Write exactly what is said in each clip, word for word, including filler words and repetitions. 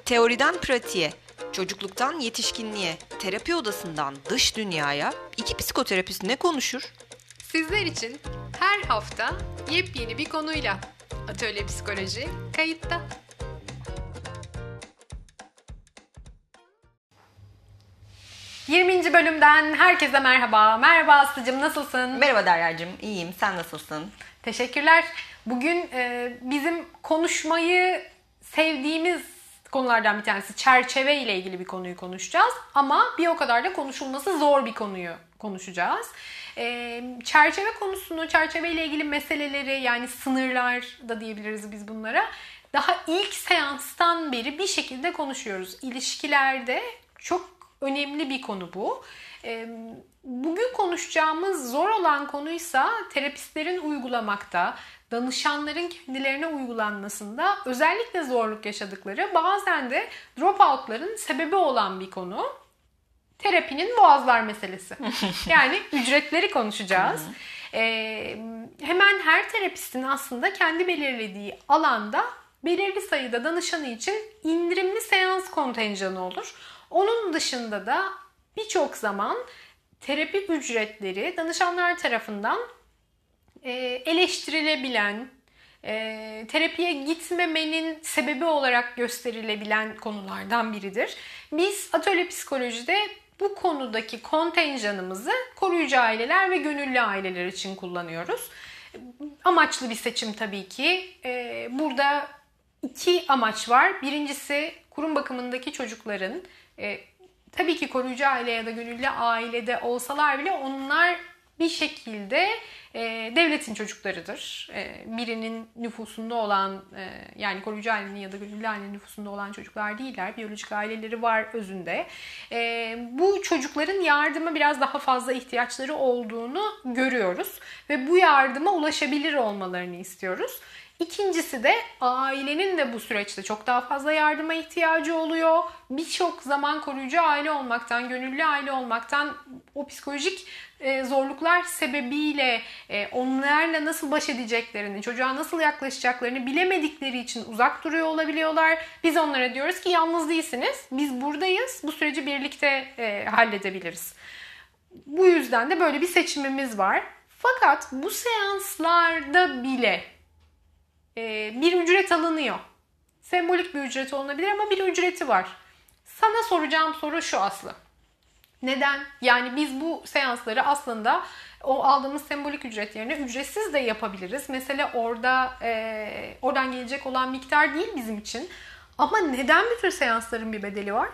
Teoriden pratiğe, çocukluktan yetişkinliğe, terapi odasından dış dünyaya iki psikoterapist ne konuşur? Sizler için her hafta yepyeni bir konuyla Atölye Psikoloji kayıtta. yirminci bölümden herkese merhaba. Merhaba Aslı'cığım, nasılsın? Merhaba Derya'cığım, iyiyim. Sen nasılsın? Teşekkürler. Bugün e, bizim konuşmayı sevdiğimiz konulardan bir tanesi, çerçeve ile ilgili bir konuyu konuşacağız. Ama bir o kadar da konuşulması zor bir konuyu konuşacağız. E, çerçeve konusunu, çerçeve ile ilgili meseleleri, yani sınırlar da diyebiliriz biz bunlara, daha ilk seanstan beri bir şekilde konuşuyoruz. İlişkilerde çok önemli bir konu bu. Bugün konuşacağımız zor olan konuysa terapistlerin uygulamakta, danışanların kendilerine uygulanmasında özellikle zorluk yaşadıkları, bazen de dropoutların sebebi olan bir konu. Terapinin boğazlar meselesi. Yani ücretleri konuşacağız. ee, hemen her terapistin aslında kendi belirlediği alanda belirli sayıda danışanı için indirimli seans kontenjanı olur. Onun dışında da birçok zaman terapi ücretleri danışanlar tarafından eleştirilebilen, terapiye gitmemenin sebebi olarak gösterilebilen konulardan biridir. Biz Atölye Psikoloji'de bu konudaki kontenjanımızı koruyucu aileler ve gönüllü aileler için kullanıyoruz. Amaçlı bir seçim tabii ki. Burada iki amaç var. Birincisi, kurum bakımındaki çocukların, e, tabii ki koruyucu aile ya da gönüllü ailede olsalar bile onlar bir şekilde e, devletin çocuklarıdır. E, birinin nüfusunda olan, e, yani koruyucu ailenin ya da gönüllü ailenin nüfusunda olan çocuklar değiller. Biyolojik aileleri var özünde. E, bu çocukların yardıma biraz daha fazla ihtiyaçları olduğunu görüyoruz. Ve bu yardıma ulaşabilir olmalarını istiyoruz. İkincisi de ailenin de bu süreçte çok daha fazla yardıma ihtiyacı oluyor. Birçok zaman koruyucu aile olmaktan, gönüllü aile olmaktan, o psikolojik e, zorluklar sebebiyle e, onlarla nasıl baş edeceklerini, çocuğa nasıl yaklaşacaklarını bilemedikleri için uzak duruyor olabiliyorlar. Biz onlara diyoruz ki yalnız değilsiniz, biz buradayız, bu süreci birlikte e, halledebiliriz. Bu yüzden de böyle bir seçimimiz var. Fakat bu seanslarda bile bir ücret alınıyor. Sembolik bir ücret olabilir ama bir ücreti var. Sana soracağım soru şu Aslı. Neden? Yani biz bu seansları aslında o aldığımız sembolik ücret yerine ücretsiz de yapabiliriz. Mesela orada e, oradan gelecek olan miktar değil bizim için. Ama neden bütün seansların bir bedeli var?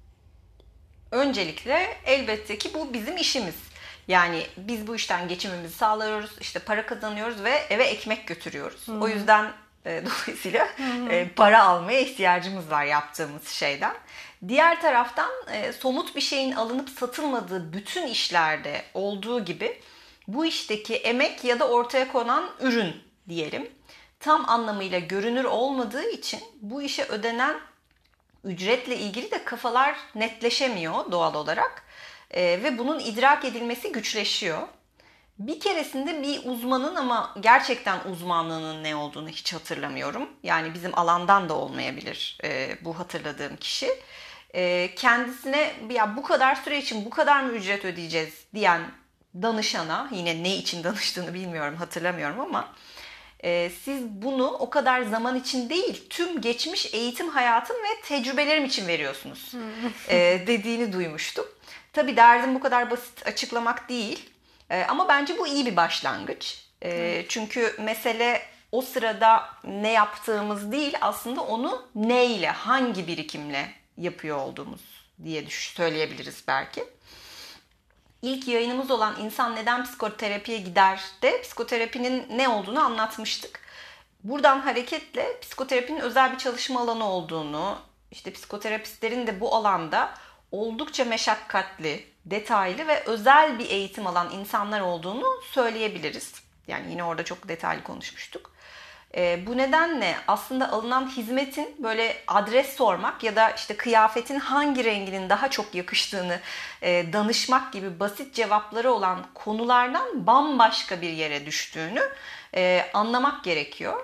Öncelikle elbette ki bu bizim işimiz. Yani biz bu işten geçimimizi sağlıyoruz, işte para kazanıyoruz ve eve ekmek götürüyoruz. Hı-hı. O yüzden e, dolayısıyla e, para almaya ihtiyacımız var yaptığımız şeyden. Diğer taraftan e, somut bir şeyin alınıp satılmadığı bütün işlerde olduğu gibi bu işteki emek ya da ortaya konan ürün diyelim, tam anlamıyla görünür olmadığı için bu işe ödenen ücretle ilgili de kafalar netleşemiyor doğal olarak. Ee, ve bunun idrak edilmesi güçleşiyor. Bir keresinde bir uzmanın, ama gerçekten uzmanlığının ne olduğunu hiç hatırlamıyorum. Yani bizim alandan da olmayabilir e, bu hatırladığım kişi. E, kendisine ya bu kadar süre için bu kadar mı ücret ödeyeceğiz diyen danışana, yine ne için danıştığını bilmiyorum, hatırlamıyorum ama e, siz bunu o kadar zaman için değil, tüm geçmiş eğitim hayatım ve tecrübelerim için veriyorsunuz e, dediğini duymuştum. Tabii derdim bu kadar basit açıklamak değil. Ee, ama bence bu iyi bir başlangıç. Ee, çünkü mesele o sırada ne yaptığımız değil, aslında onu neyle, hangi birikimle yapıyor olduğumuz diye düş- söyleyebiliriz belki. İlk yayınımız olan İnsan Neden Psikoterapiye Gider de psikoterapinin ne olduğunu anlatmıştık. Buradan hareketle psikoterapinin özel bir çalışma alanı olduğunu, işte psikoterapistlerin de bu alanda oldukça meşakkatli, detaylı ve özel bir eğitim alan insanlar olduğunu söyleyebiliriz. Yani yine orada çok detaylı konuşmuştuk. E, bu nedenle aslında alınan hizmetin böyle adres sormak ya da işte kıyafetin hangi renginin daha çok yakıştığını e, danışmak gibi basit cevapları olan konulardan bambaşka bir yere düştüğünü e, anlamak gerekiyor.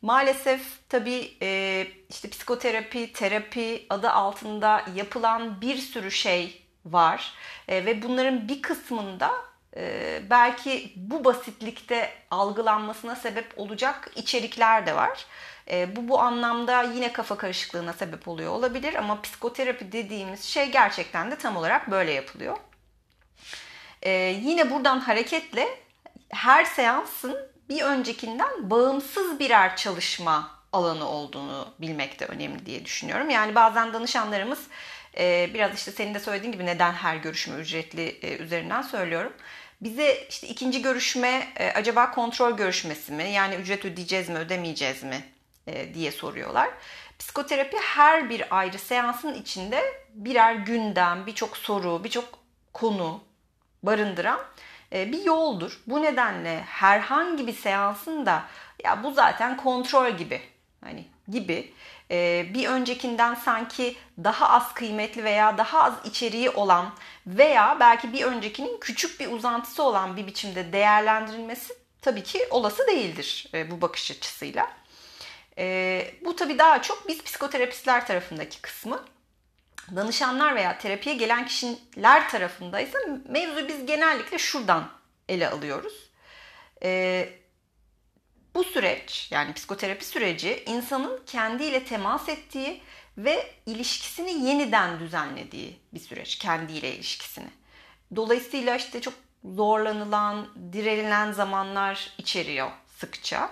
Maalesef tabii e, işte psikoterapi, terapi adı altında yapılan bir sürü şey var. E, ve bunların bir kısmında e, belki bu basitlikte algılanmasına sebep olacak içerikler de var. E, bu bu anlamda yine kafa karışıklığına sebep oluyor olabilir ama psikoterapi dediğimiz şey gerçekten de tam olarak böyle yapılıyor. E, yine buradan hareketle her seansın bir öncekinden bağımsız birer çalışma alanı olduğunu bilmek de önemli diye düşünüyorum. Yani bazen danışanlarımız e, biraz işte senin de söylediğin gibi neden her görüşme ücretli e, üzerinden söylüyorum. Bize işte ikinci görüşme e, acaba kontrol görüşmesi mi? Yani ücret ödeyeceğiz mi, ödemeyeceğiz mi e, diye soruyorlar. Psikoterapi her bir ayrı seansın içinde birer gündem, birçok soru, birçok konu barındıran bir yoldur. Bu nedenle herhangi bir seansın da ya bu zaten kontrol gibi hani gibi bir öncekinden sanki daha az kıymetli veya daha az içeriği olan veya belki bir öncekinin küçük bir uzantısı olan bir biçimde değerlendirilmesi tabii ki olası değildir bu bakış açısıyla. Bu tabii daha çok biz psikoterapistler tarafındaki kısmı. Danışanlar veya terapiye gelen kişiler tarafındaysa mevzu biz genellikle şuradan ele alıyoruz. Ee, bu süreç yani psikoterapi süreci insanın kendiyle temas ettiği ve ilişkisini yeniden düzenlediği bir süreç. Kendiyle ilişkisini. Dolayısıyla işte çok zorlanılan, direnilen zamanlar içeriyor sıkça.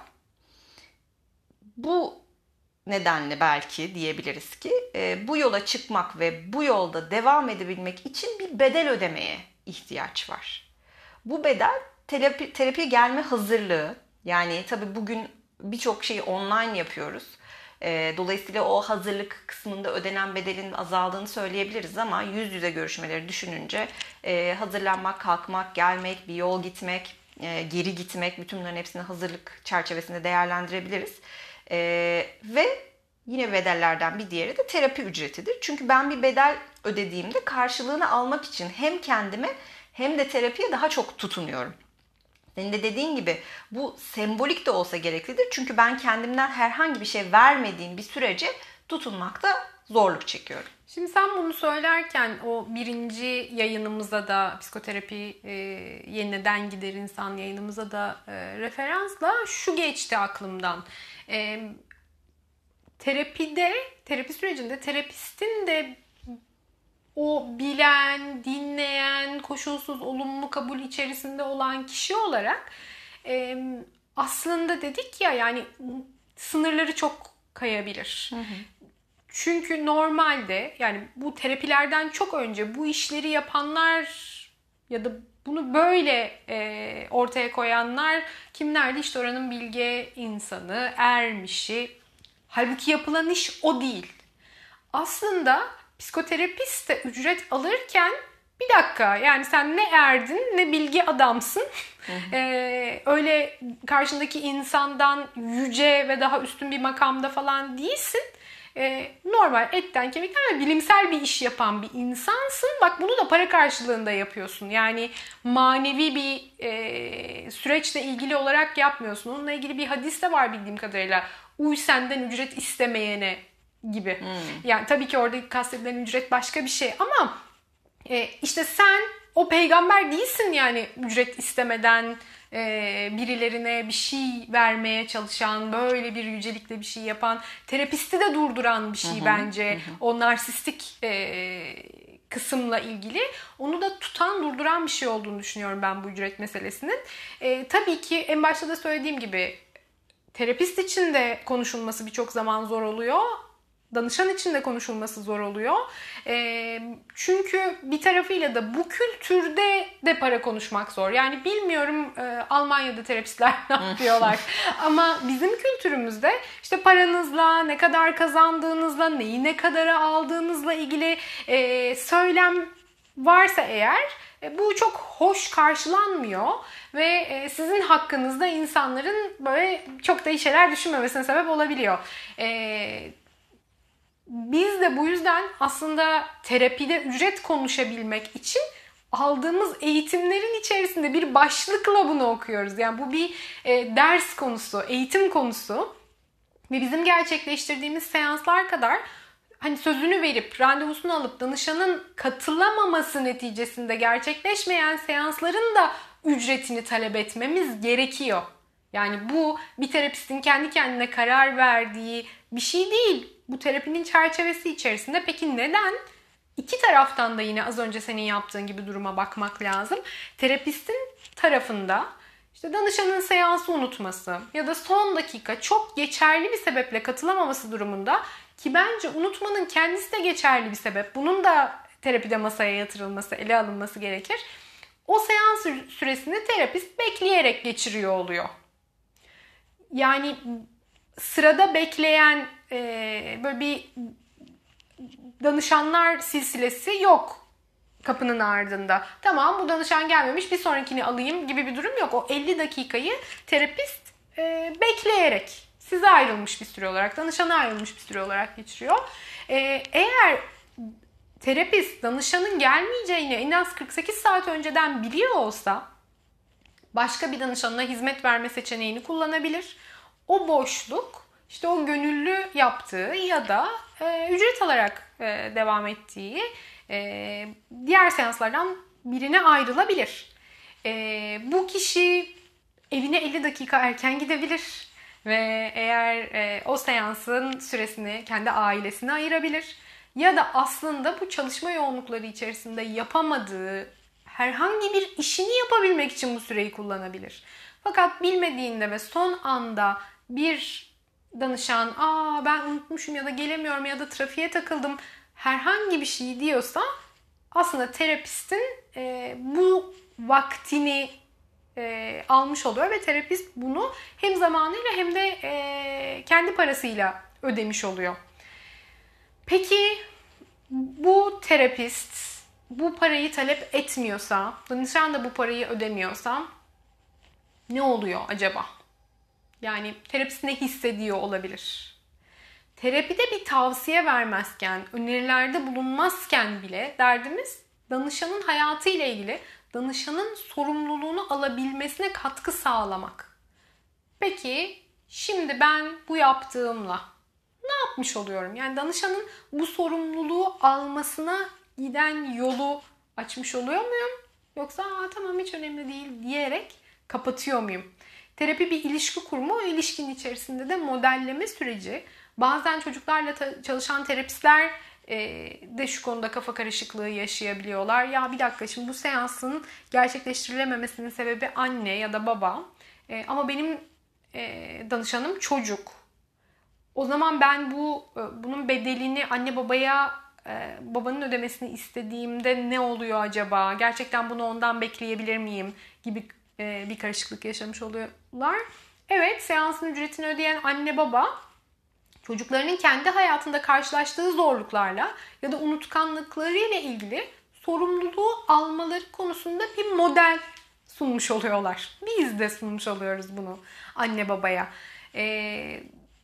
Bu nedenle belki diyebiliriz ki e, bu yola çıkmak ve bu yolda devam edebilmek için bir bedel ödemeye ihtiyaç var. Bu bedel terapi, terapiye gelme hazırlığı. Yani tabii bugün birçok şeyi online yapıyoruz. E, dolayısıyla o hazırlık kısmında ödenen bedelin azaldığını söyleyebiliriz ama yüz yüze görüşmeleri düşününce e, hazırlanmak, kalkmak, gelmek, bir yol gitmek, e, geri gitmek, bütün bunların hepsini hazırlık çerçevesinde değerlendirebiliriz. Ee, ve yine bedellerden bir diğeri de terapi ücretidir. Çünkü ben bir bedel ödediğimde karşılığını almak için hem kendime hem de terapiye daha çok tutunuyorum. Senin de dediğin gibi bu sembolik de olsa gereklidir. Çünkü ben kendimden herhangi bir şey vermediğim bir sürece tutunmakta zorluk çekiyorum. Şimdi sen bunu söylerken o birinci yayınımıza da psikoterapi e, yeniden gider insan yayınımıza da e, referansla şu geçti aklımdan. E, terapide, terapi sürecinde terapistin de o bilen, dinleyen, koşulsuz olumlu kabul içerisinde olan kişi olarak e, aslında dedik ya yani sınırları çok kayabilir. Hı hı. Çünkü normalde yani bu terapilerden çok önce bu işleri yapanlar ya da bunu böyle e, ortaya koyanlar kimlerdi? İşte oranın bilge insanı, ermişi. Halbuki yapılan iş o değil. Aslında psikoterapist de ücret alırken bir dakika yani sen ne erdin ne bilgi adamsın. Hı hı. Ee, öyle karşındaki insandan yüce ve daha üstün bir makamda falan değilsin. Ee, normal etten kemikten ve bilimsel bir iş yapan bir insansın. Bak bunu da para karşılığında yapıyorsun. Yani manevi bir e, süreçle ilgili olarak yapmıyorsun. Onunla ilgili bir hadis de var bildiğim kadarıyla. Uy senden ücret istemeyene gibi. Hmm. Yani tabii ki orada kastedilen ücret başka bir şey ama e, işte sen o peygamber değilsin yani ücret istemeden e, birilerine bir şey vermeye çalışan, böyle bir yücelikle bir şey yapan, terapisti de durduran bir şey hı hı, bence. Hı. O narsistik e, kısımla ilgili. Onu da tutan, durduran bir şey olduğunu düşünüyorum ben bu ücret meselesinin. E, tabii ki en başta da söylediğim gibi terapist için de konuşulması birçok zaman zor oluyor. Danışan için de konuşulması zor oluyor. E, çünkü bir tarafıyla da bu kültürde de para konuşmak zor. Yani bilmiyorum e, Almanya'da terapistler ne yapıyorlar. Ama bizim kültürümüzde işte paranızla, ne kadar kazandığınızla, neyi ne kadara aldığınızla ilgili e, söylem varsa eğer e, bu çok hoş karşılanmıyor. Ve e, sizin hakkınızda insanların böyle çok da iyi şeyler düşünmemesine sebep olabiliyor. Evet. Biz de bu yüzden aslında terapide ücret konuşabilmek için aldığımız eğitimlerin içerisinde bir başlıkla bunu okuyoruz. Yani bu bir e, ders konusu, eğitim konusu. Ve bizim gerçekleştirdiğimiz seanslar kadar hani sözünü verip randevusunu alıp danışanın katılamaması neticesinde gerçekleşmeyen seansların da ücretini talep etmemiz gerekiyor. Yani bu bir terapistin kendi kendine karar verdiği bir şey değil. Bu terapinin çerçevesi içerisinde. Peki neden? İki taraftan da yine az önce senin yaptığın gibi duruma bakmak lazım. Terapistin tarafında işte danışanın seansı unutması ya da son dakika çok geçerli bir sebeple katılamaması durumunda, ki bence unutmanın kendisi de geçerli bir sebep. Bunun da terapide masaya yatırılması, ele alınması gerekir. O seans süresini terapist bekleyerek geçiriyor oluyor. Yani sırada bekleyen e, böyle bir danışanlar silsilesi yok kapının ardında. Tamam, bu danışan gelmemiş, bir sonrakini alayım gibi bir durum yok. O elli dakikayı terapist e, bekleyerek, size ayrılmış bir süre olarak, danışana ayrılmış bir süre olarak geçiriyor. E, eğer terapist danışanın gelmeyeceğini en az kırk sekiz saat önceden biliyor olsa başka bir danışanına hizmet verme seçeneğini kullanabilir. O boşluk işte o gönüllü yaptığı ya da e, ücret alarak e, devam ettiği e, diğer seanslardan birine ayrılabilir. E, bu kişi evine elli dakika erken gidebilir ve eğer e, o seansın süresini kendi ailesine ayırabilir. Ya da aslında bu çalışma yoğunlukları içerisinde yapamadığı herhangi bir işini yapabilmek için bu süreyi kullanabilir. Fakat bilmediğinde ve son anda bir danışan aa ben unutmuşum ya da gelemiyorum ya da trafiğe takıldım herhangi bir şey diyorsa aslında terapistin e, bu vaktini e, almış oluyor ve terapist bunu hem zamanıyla hem de e, kendi parasıyla ödemiş oluyor. Peki bu terapist bu parayı talep etmiyorsa, danışan da bu parayı ödemiyorsa ne oluyor acaba? Yani terapist ne hissediyor olabilir? Terapide bir tavsiye vermezken, önerilerde bulunmazken bile derdimiz danışanın hayatıyla ilgili, danışanın sorumluluğunu alabilmesine katkı sağlamak. Peki şimdi ben bu yaptığımla ne yapmış oluyorum? Yani danışanın bu sorumluluğu almasına giden yolu açmış oluyor muyum? Yoksa Aa, tamam hiç önemli değil diyerek kapatıyor muyum? Terapi bir ilişki kurma, o ilişkinin içerisinde de modelleme süreci. Bazen çocuklarla ta- çalışan terapistler e, de şu konuda kafa karışıklığı yaşayabiliyorlar. Ya bir dakika, şimdi bu seansın gerçekleştirilememesinin sebebi anne ya da baba. E, ama benim e, danışanım çocuk. O zaman ben bu bunun bedelini anne babaya e, babanın ödemesini istediğimde ne oluyor acaba? Gerçekten bunu ondan bekleyebilir miyim? Gibi e, bir karışıklık yaşamış oluyorlar. Evet, seansın ücretini ödeyen anne baba çocuklarının kendi hayatında karşılaştığı zorluklarla ya da unutkanlıklarıyla ilgili sorumluluğu almaları konusunda bir model sunmuş oluyorlar. Biz de sunmuş oluyoruz bunu anne babaya. Eee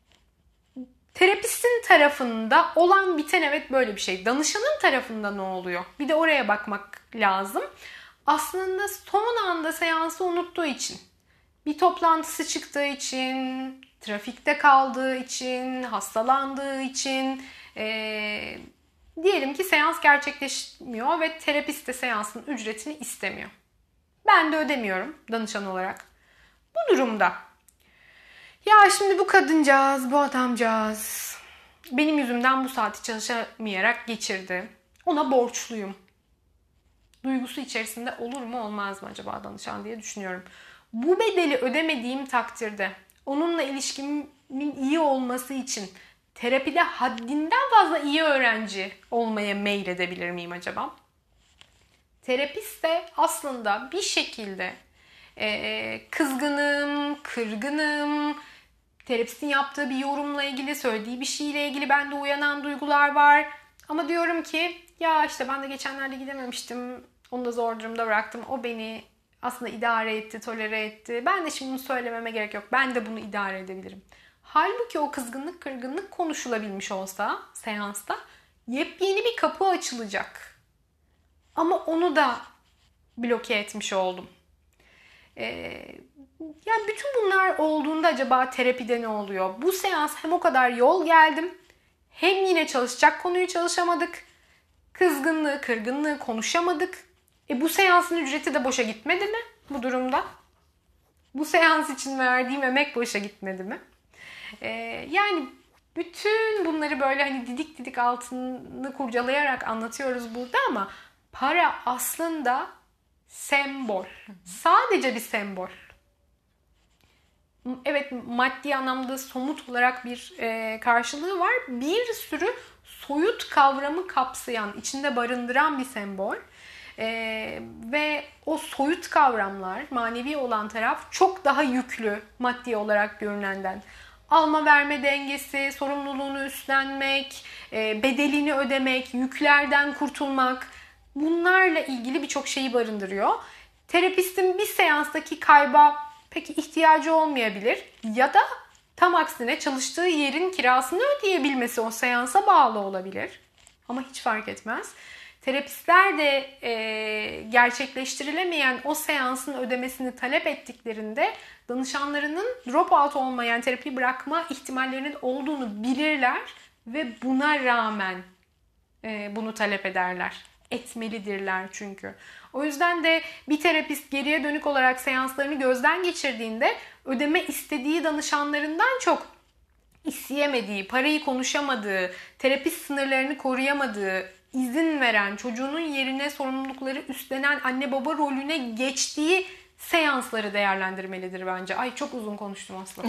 Terapistin tarafında olan biten evet böyle bir şey. Danışanın tarafında ne oluyor? Bir de oraya bakmak lazım. Aslında son anda seansı unuttuğu için, bir toplantısı çıktığı için, trafikte kaldığı için, hastalandığı için, ee, diyelim ki seans gerçekleşmiyor ve terapist de seansın ücretini istemiyor. Ben de ödemiyorum danışan olarak. Bu durumda ya şimdi bu kadıncağız, bu adamcağız benim yüzümden bu saati çalışamayarak geçirdi. Ona borçluyum duygusu içerisinde olur mu olmaz mı acaba danışan diye düşünüyorum. Bu bedeli ödemediğim takdirde onunla ilişkimin iyi olması için terapide haddinden fazla iyi öğrenci olmaya meyledebilir miyim acaba? Terapist de aslında bir şekilde e, kızgınım, kırgınım, terapistin yaptığı bir yorumla ilgili, söylediği bir şeyle ilgili bende uyanan duygular var. Ama diyorum ki ya işte ben de geçenlerde gidememiştim, onu da zor durumda bıraktım. O beni aslında idare etti, tolere etti. Ben de şimdi bunu söylememe gerek yok. Ben de bunu idare edebilirim. Halbuki o kızgınlık, kırgınlık konuşulabilmiş olsa seansta yepyeni bir kapı açılacak. Ama onu da bloke etmiş oldum. Ee, Yani bütün bunlar olduğunda acaba terapide ne oluyor? Bu seans hem o kadar yol geldim, hem yine çalışacak konuyu çalışamadık. Kızgınlığı, kırgınlığı konuşamadık. E bu seansın ücreti de boşa gitmedi mi bu durumda? Bu seans için verdiğim emek boşa gitmedi mi? Ee, yani bütün bunları böyle hani didik didik altını kurcalayarak anlatıyoruz burada ama para aslında sembol. Sadece bir sembol. Evet, maddi anlamda somut olarak bir e, karşılığı var. Bir sürü soyut kavramı kapsayan, içinde barındıran bir sembol. E, ve o soyut kavramlar, manevi olan taraf çok daha yüklü maddi olarak görünenden. Alma verme dengesi, sorumluluğunu üstlenmek, e, bedelini ödemek, yüklerden kurtulmak, bunlarla ilgili birçok şeyi barındırıyor. Terapistin bir seanstaki kayba peki ihtiyacı olmayabilir ya da tam aksine çalıştığı yerin kirasını ödeyebilmesi o seansa bağlı olabilir. Ama hiç fark etmez. Terapistler de e, gerçekleştirilemeyen o seansın ödemesini talep ettiklerinde danışanlarının dropout olmayan terapi bırakma ihtimallerinin olduğunu bilirler ve buna rağmen e, bunu talep ederler. Etmelidirler çünkü. O yüzden de bir terapist geriye dönük olarak seanslarını gözden geçirdiğinde ödeme istediği danışanlarından çok isteyemediği, parayı konuşamadığı, terapist sınırlarını koruyamadığı, izin veren, çocuğunun yerine sorumlulukları üstlenen anne baba rolüne geçtiği seansları değerlendirmelidir bence. Ay çok uzun konuştum aslında.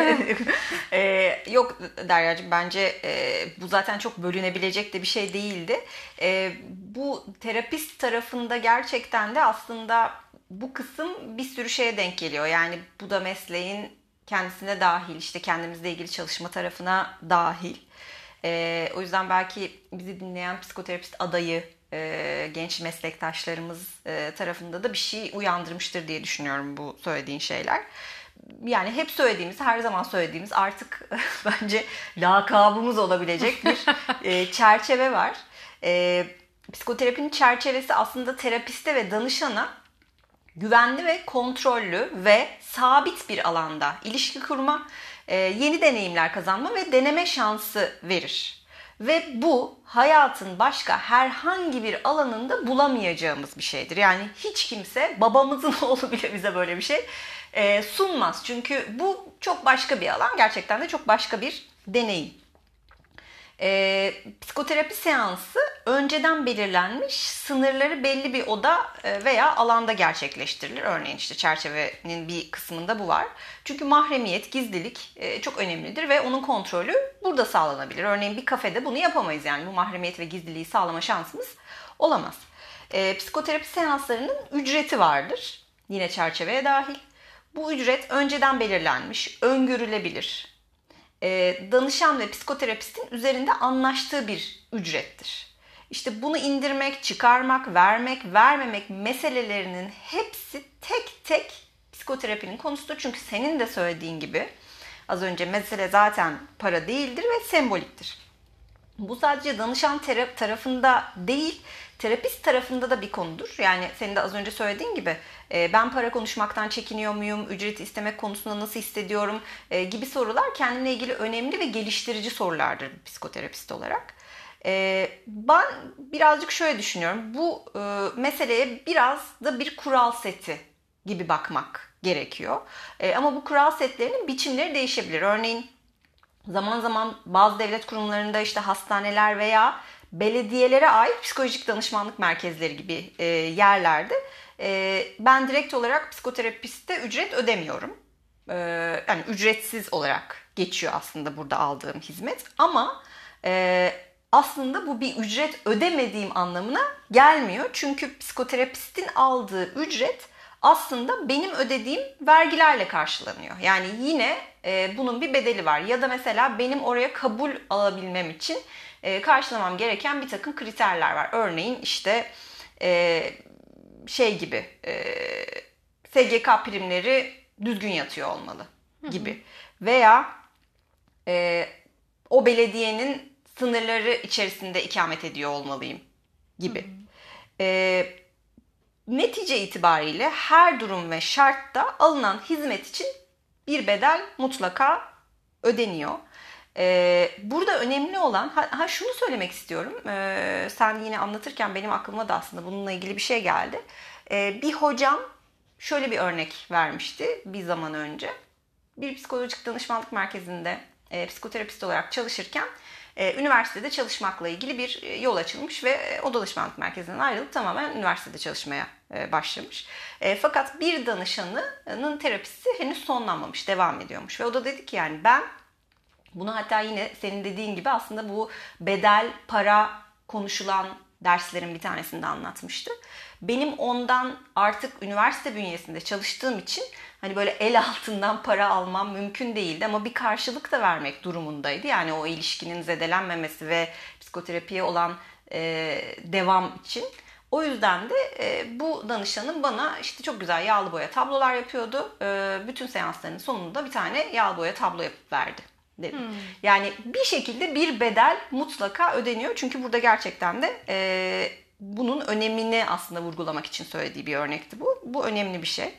ee, yok Deryacığım, bence e, bu zaten çok bölünebilecek de bir şey değildi. E, bu terapist tarafında gerçekten de aslında bu kısım bir sürü şeye denk geliyor. Yani bu da mesleğin kendisine dahil, işte kendimizle ilgili çalışma tarafına dahil. E, o yüzden belki bizi dinleyen psikoterapist adayı, e, genç meslektaşlarımız e, tarafında da bir şey uyandırmıştır diye düşünüyorum bu söylediğin şeyler. Yani hep söylediğimiz, her zaman söylediğimiz, artık bence lakabımız olabilecek bir e, çerçeve var. E, psikoterapinin çerçevesi aslında terapiste ve danışana güvenli ve kontrollü ve sabit bir alanda ilişki kurma, e, yeni deneyimler kazanma ve deneme şansı verir. Ve bu hayatın başka herhangi bir alanında bulamayacağımız bir şeydir. Yani hiç kimse, babamızın oğlu bile bize böyle bir şey e, sunmaz. Çünkü bu çok başka bir alan, gerçekten de çok başka bir deneyim. E, psikoterapi seansı önceden belirlenmiş, sınırları belli bir oda veya alanda gerçekleştirilir. Örneğin işte çerçevenin bir kısmında bu var. Çünkü mahremiyet, gizlilik e, çok önemlidir ve onun kontrolü burada sağlanabilir. Örneğin bir kafede bunu yapamayız, yani bu mahremiyet ve gizliliği sağlama şansımız olamaz. E, psikoterapi seanslarının ücreti vardır, yine çerçeveye dahil. Bu ücret önceden belirlenmiş, öngörülebilir. Danışan ve psikoterapistin üzerinde anlaştığı bir ücrettir. İşte bunu indirmek, çıkarmak, vermek, vermemek meselelerinin hepsi tek tek psikoterapinin konusudur. Çünkü senin de söylediğin gibi az önce mesele zaten para değildir ve semboliktir. Bu sadece danışan tarafında değil, terapist tarafında da bir konudur. Yani senin de az önce söylediğin gibi ben para konuşmaktan çekiniyor muyum, ücret istemek konusunda nasıl hissediyorum gibi sorular kendimle ilgili önemli ve geliştirici sorulardır bir psikoterapist olarak. Ben birazcık şöyle düşünüyorum, bu meseleye biraz da bir kural seti gibi bakmak gerekiyor. Ama bu kural setlerinin biçimleri değişebilir. Örneğin zaman zaman bazı devlet kurumlarında, işte hastaneler veya belediyelere ait psikolojik danışmanlık merkezleri gibi e, yerlerde e, ben direkt olarak psikoterapiste ücret ödemiyorum. E, yani ücretsiz olarak geçiyor aslında burada aldığım hizmet. Ama e, aslında bu bir ücret ödemediğim anlamına gelmiyor. Çünkü psikoterapistin aldığı ücret aslında benim ödediğim vergilerle karşılanıyor. Yani yine e, bunun bir bedeli var. Ya da mesela benim oraya kabul alabilmem için e, karşılamam gereken bir takım kriterler var. Örneğin işte e, şey gibi e, S G K primleri düzgün yatıyor olmalı gibi. Hı hı. Veya e, o belediyenin sınırları içerisinde ikamet ediyor olmalıyım gibi. Hı hı. E, netice itibariyle her durum ve şartta alınan hizmet için bir bedel mutlaka ödeniyor. Ee, burada önemli olan, ha, ha şunu söylemek istiyorum, ee, sen yine anlatırken benim aklıma da aslında bununla ilgili bir şey geldi. Ee, bir hocam şöyle bir örnek vermişti bir zaman önce. Bir psikolojik danışmanlık merkezinde e, psikoterapist olarak çalışırken e, üniversitede çalışmakla ilgili bir e, yol açılmış ve e, o danışmanlık merkezinden ayrılıp tamamen üniversitede çalışmaya e, başlamış. E, fakat bir danışanının terapisi henüz sonlanmamış, devam ediyormuş ve o da dedi ki yani ben bunu, hatta yine senin dediğin gibi aslında bu bedel, para konuşulan derslerin bir tanesinde anlatmıştı. Benim ondan artık üniversite bünyesinde çalıştığım için hani böyle el altından para almam mümkün değildi ama bir karşılık da vermek durumundaydı. Yani o ilişkinin zedelenmemesi ve psikoterapiye olan e, devam için. O yüzden de e, bu danışanım bana işte çok güzel yağlı boya tablolar yapıyordu. E, bütün seansların sonunda bir tane yağlı boya tablo yapıp verdi. Dedim. Hmm. Yani bir şekilde bir bedel mutlaka ödeniyor. Çünkü burada gerçekten de e, bunun önemini aslında vurgulamak için söylediği bir örnekti bu. Bu önemli bir şey.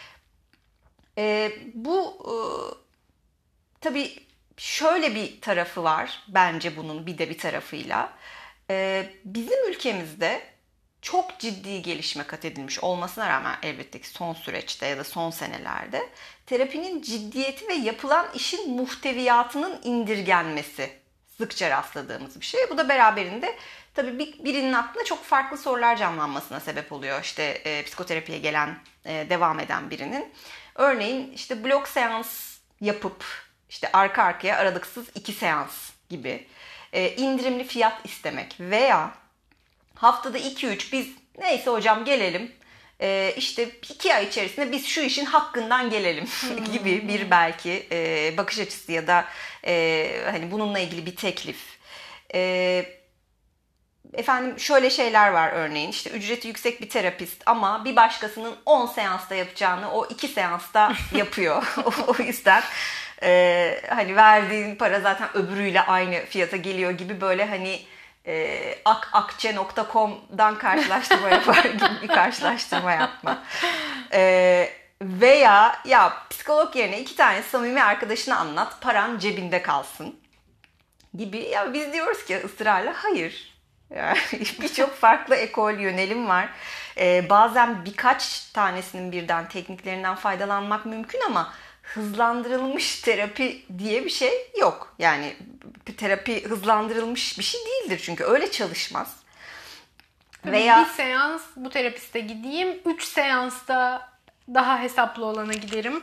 E, bu e, tabii şöyle bir tarafı var bence bunun bir de bir tarafıyla. E, bizim ülkemizde çok ciddi gelişme kat edilmiş olmasına rağmen elbette ki son süreçte ya da son senelerde terapinin ciddiyeti ve yapılan işin muhteviyatının indirgenmesi sıkça rastladığımız bir şey. Bu da beraberinde tabii bir, birinin aklına çok farklı sorular canlanmasına sebep oluyor. İşte e, psikoterapiye gelen, e, devam eden birinin. Örneğin işte blok seans yapıp işte arka arkaya aralıksız iki seans gibi e, indirimli fiyat istemek veya haftada iki üç biz neyse hocam gelelim ee, işte iki ay içerisinde biz şu işin hakkından gelelim gibi bir belki e, bakış açısı ya da e, hani bununla ilgili bir teklif. E, efendim şöyle şeyler var örneğin işte ücreti yüksek bir terapist ama bir başkasının on seansta yapacağını o iki seansta yapıyor. O yüzden e, hani verdiğin para zaten öbürüyle aynı fiyata geliyor gibi böyle hani E, akakçe nokta com'dan karşılaştırma yapar gibi bir karşılaştırma yapma. E, veya ya psikolog yerine iki tane samimi arkadaşına anlat, paran cebinde kalsın gibi. Ya biz diyoruz ki ısrarla hayır. Yani birçok farklı ekol yönelim var. E, bazen birkaç tanesinin birden tekniklerinden faydalanmak mümkün ama hızlandırılmış terapi diye bir şey yok. Yani terapi hızlandırılmış bir şey değildir çünkü öyle çalışmaz. Tabii veya bir seans bu terapiste gideyim, üç seansta daha hesaplı olana giderim.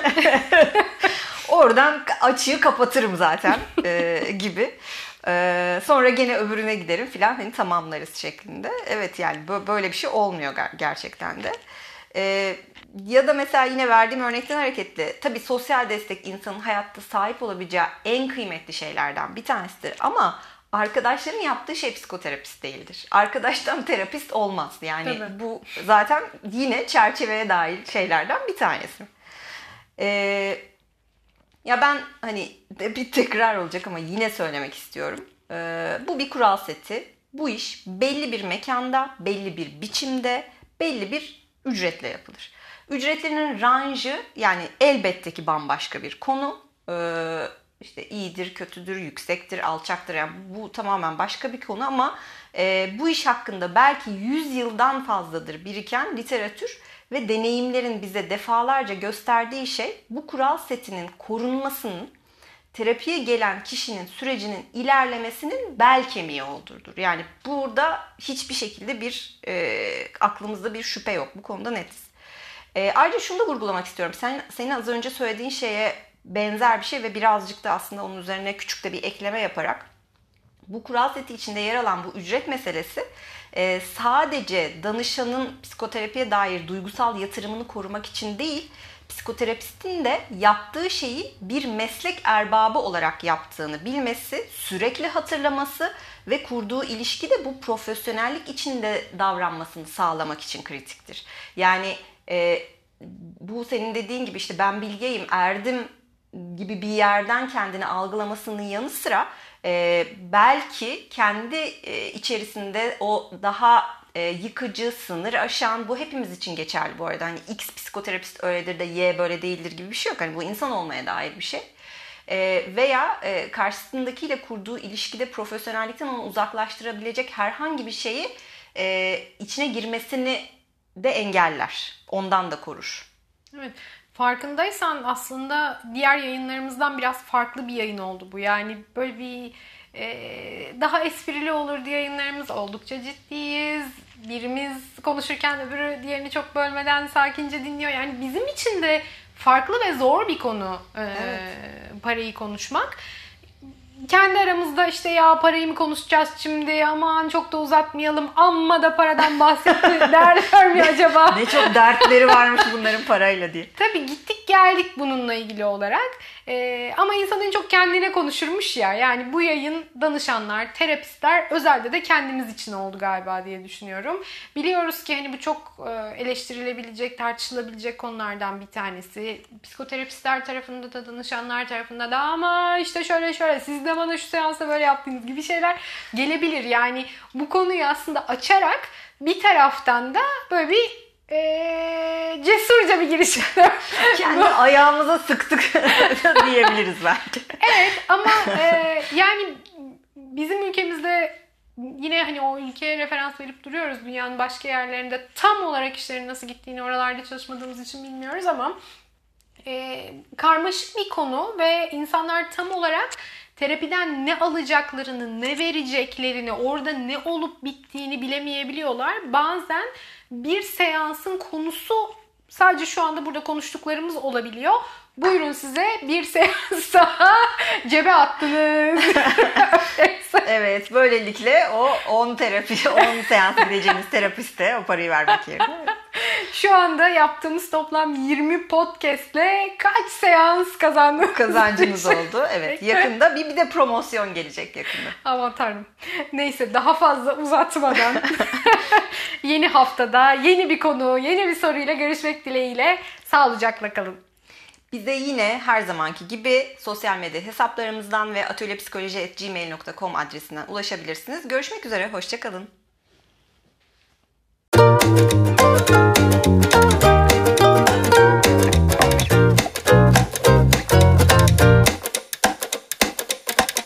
Oradan açığı kapatırım zaten e, gibi. E, sonra gene öbürüne giderim filan hani tamamlarız şeklinde. Evet yani böyle bir şey olmuyor gerçekten de. E, Ya da mesela yine verdiğim örnekten hareketle tabii sosyal destek insanın hayatta sahip olabileceği en kıymetli şeylerden bir tanesidir. Ama arkadaşların yaptığı şey psikoterapist değildir. Arkadaştan terapist olmaz. Yani tabii. Bu zaten yine çerçeveye dahil şeylerden bir tanesi. Ee, ya ben hani bir tekrar olacak ama yine söylemek istiyorum. Ee, bu bir kural seti. Bu iş belli bir mekanda, belli bir biçimde, belli bir ücretle yapılır. Ücretlerinin ranjı yani elbette ki bambaşka bir konu. Ee, işte iyidir, kötüdür, yüksektir, alçaktır. Yani bu tamamen başka bir konu ama e, bu iş hakkında belki yüz yıldan fazladır biriken literatür ve deneyimlerin bize defalarca gösterdiği şey bu kural setinin korunmasının terapiye gelen kişinin sürecinin ilerlemesinin bel kemiği olduğudur. Yani burada hiçbir şekilde bir e, aklımızda bir şüphe yok. Bu konuda netiz. E, ayrıca şunu da vurgulamak istiyorum. Sen, senin az önce söylediğin şeye benzer bir şey ve birazcık da aslında onun üzerine küçük de bir ekleme yaparak bu kural seti içinde yer alan bu ücret meselesi e, sadece danışanın psikoterapiye dair duygusal yatırımını korumak için değil, psikoterapistin de yaptığı şeyi bir meslek erbabı olarak yaptığını bilmesi, sürekli hatırlaması ve kurduğu ilişki de bu profesyonellik içinde davranmasını sağlamak için kritiktir. Yani e, bu senin dediğin gibi işte ben bilgeyim, erdim gibi bir yerden kendini algılamasının yanı sıra e, belki kendi e, içerisinde o daha e, yıkıcı, sınır aşan, bu hepimiz için geçerli bu arada. Hani X psikoterapist öyledir de Y böyle değildir gibi bir şey yok. Hani bu insan olmaya dair bir şey. E, veya e, karşısındakiyle kurduğu ilişkide profesyonellikten onu uzaklaştırabilecek herhangi bir şeyi e, içine girmesini de engeller. Ondan da korur. Evet. Farkındaysan aslında diğer yayınlarımızdan biraz farklı bir yayın oldu bu. Yani böyle bir e, daha esprili olur diye yayınlarımız, oldukça ciddiyiz. Birimiz konuşurken öbürü diğerini çok bölmeden sakince dinliyor. Yani bizim için de farklı ve zor bir konu e, evet. parayı konuşmak. Kendi aramızda işte ya parayı mı konuşacağız şimdi, aman çok da uzatmayalım, amma da paradan bahsetti derler mi acaba? Ne çok dertleri varmış bunların parayla diye. Tabii gittik geldik bununla ilgili olarak ee, ama insan en çok kendine konuşurmuş ya. Yani bu yayın danışanlar, terapistler, özelde de kendimiz için oldu galiba diye düşünüyorum. Biliyoruz ki hani bu çok eleştirilebilecek, tartışılabilecek konulardan bir tanesi. Psikoterapistler tarafında da danışanlar tarafında da ama işte şöyle şöyle siz de bana şu seansta böyle yaptığınız gibi şeyler gelebilir. Yani bu konuyu aslında açarak bir taraftan da böyle bir Ee, cesurca bir giriş. Kendi ayağımıza sıktık diyebiliriz belki. Evet ama e, yani bizim ülkemizde yine hani o ülkeye referans verip duruyoruz. Dünyanın başka yerlerinde tam olarak işlerin nasıl gittiğini oralarda çalışmadığımız için bilmiyoruz ama e, karmaşık bir konu ve insanlar tam olarak terapiden ne alacaklarını, ne vereceklerini, orada ne olup bittiğini bilemeyebiliyorlar. Bazen bir seansın konusu sadece şu anda burada konuştuklarımız olabiliyor. Buyurun size bir seans daha cebe attınız. Evet, böylelikle o on terapi, on seans gideceğimiz terapiste o parayı vermek yerine. Şu anda yaptığımız toplam yirmi podcastle kaç seans kazandık? Kazancımız oldu. Evet, yakında bir, bir de promosyon gelecek yakında. Aman tanrım. Neyse daha fazla uzatmadan yeni haftada yeni bir konu, yeni bir soruyla görüşmek dileğiyle sağlıcakla kalın. Bize yine her zamanki gibi sosyal medya hesaplarımızdan ve atölyepsikoloji at gmail nokta com adresinden ulaşabilirsiniz. Görüşmek üzere, hoşça kalın.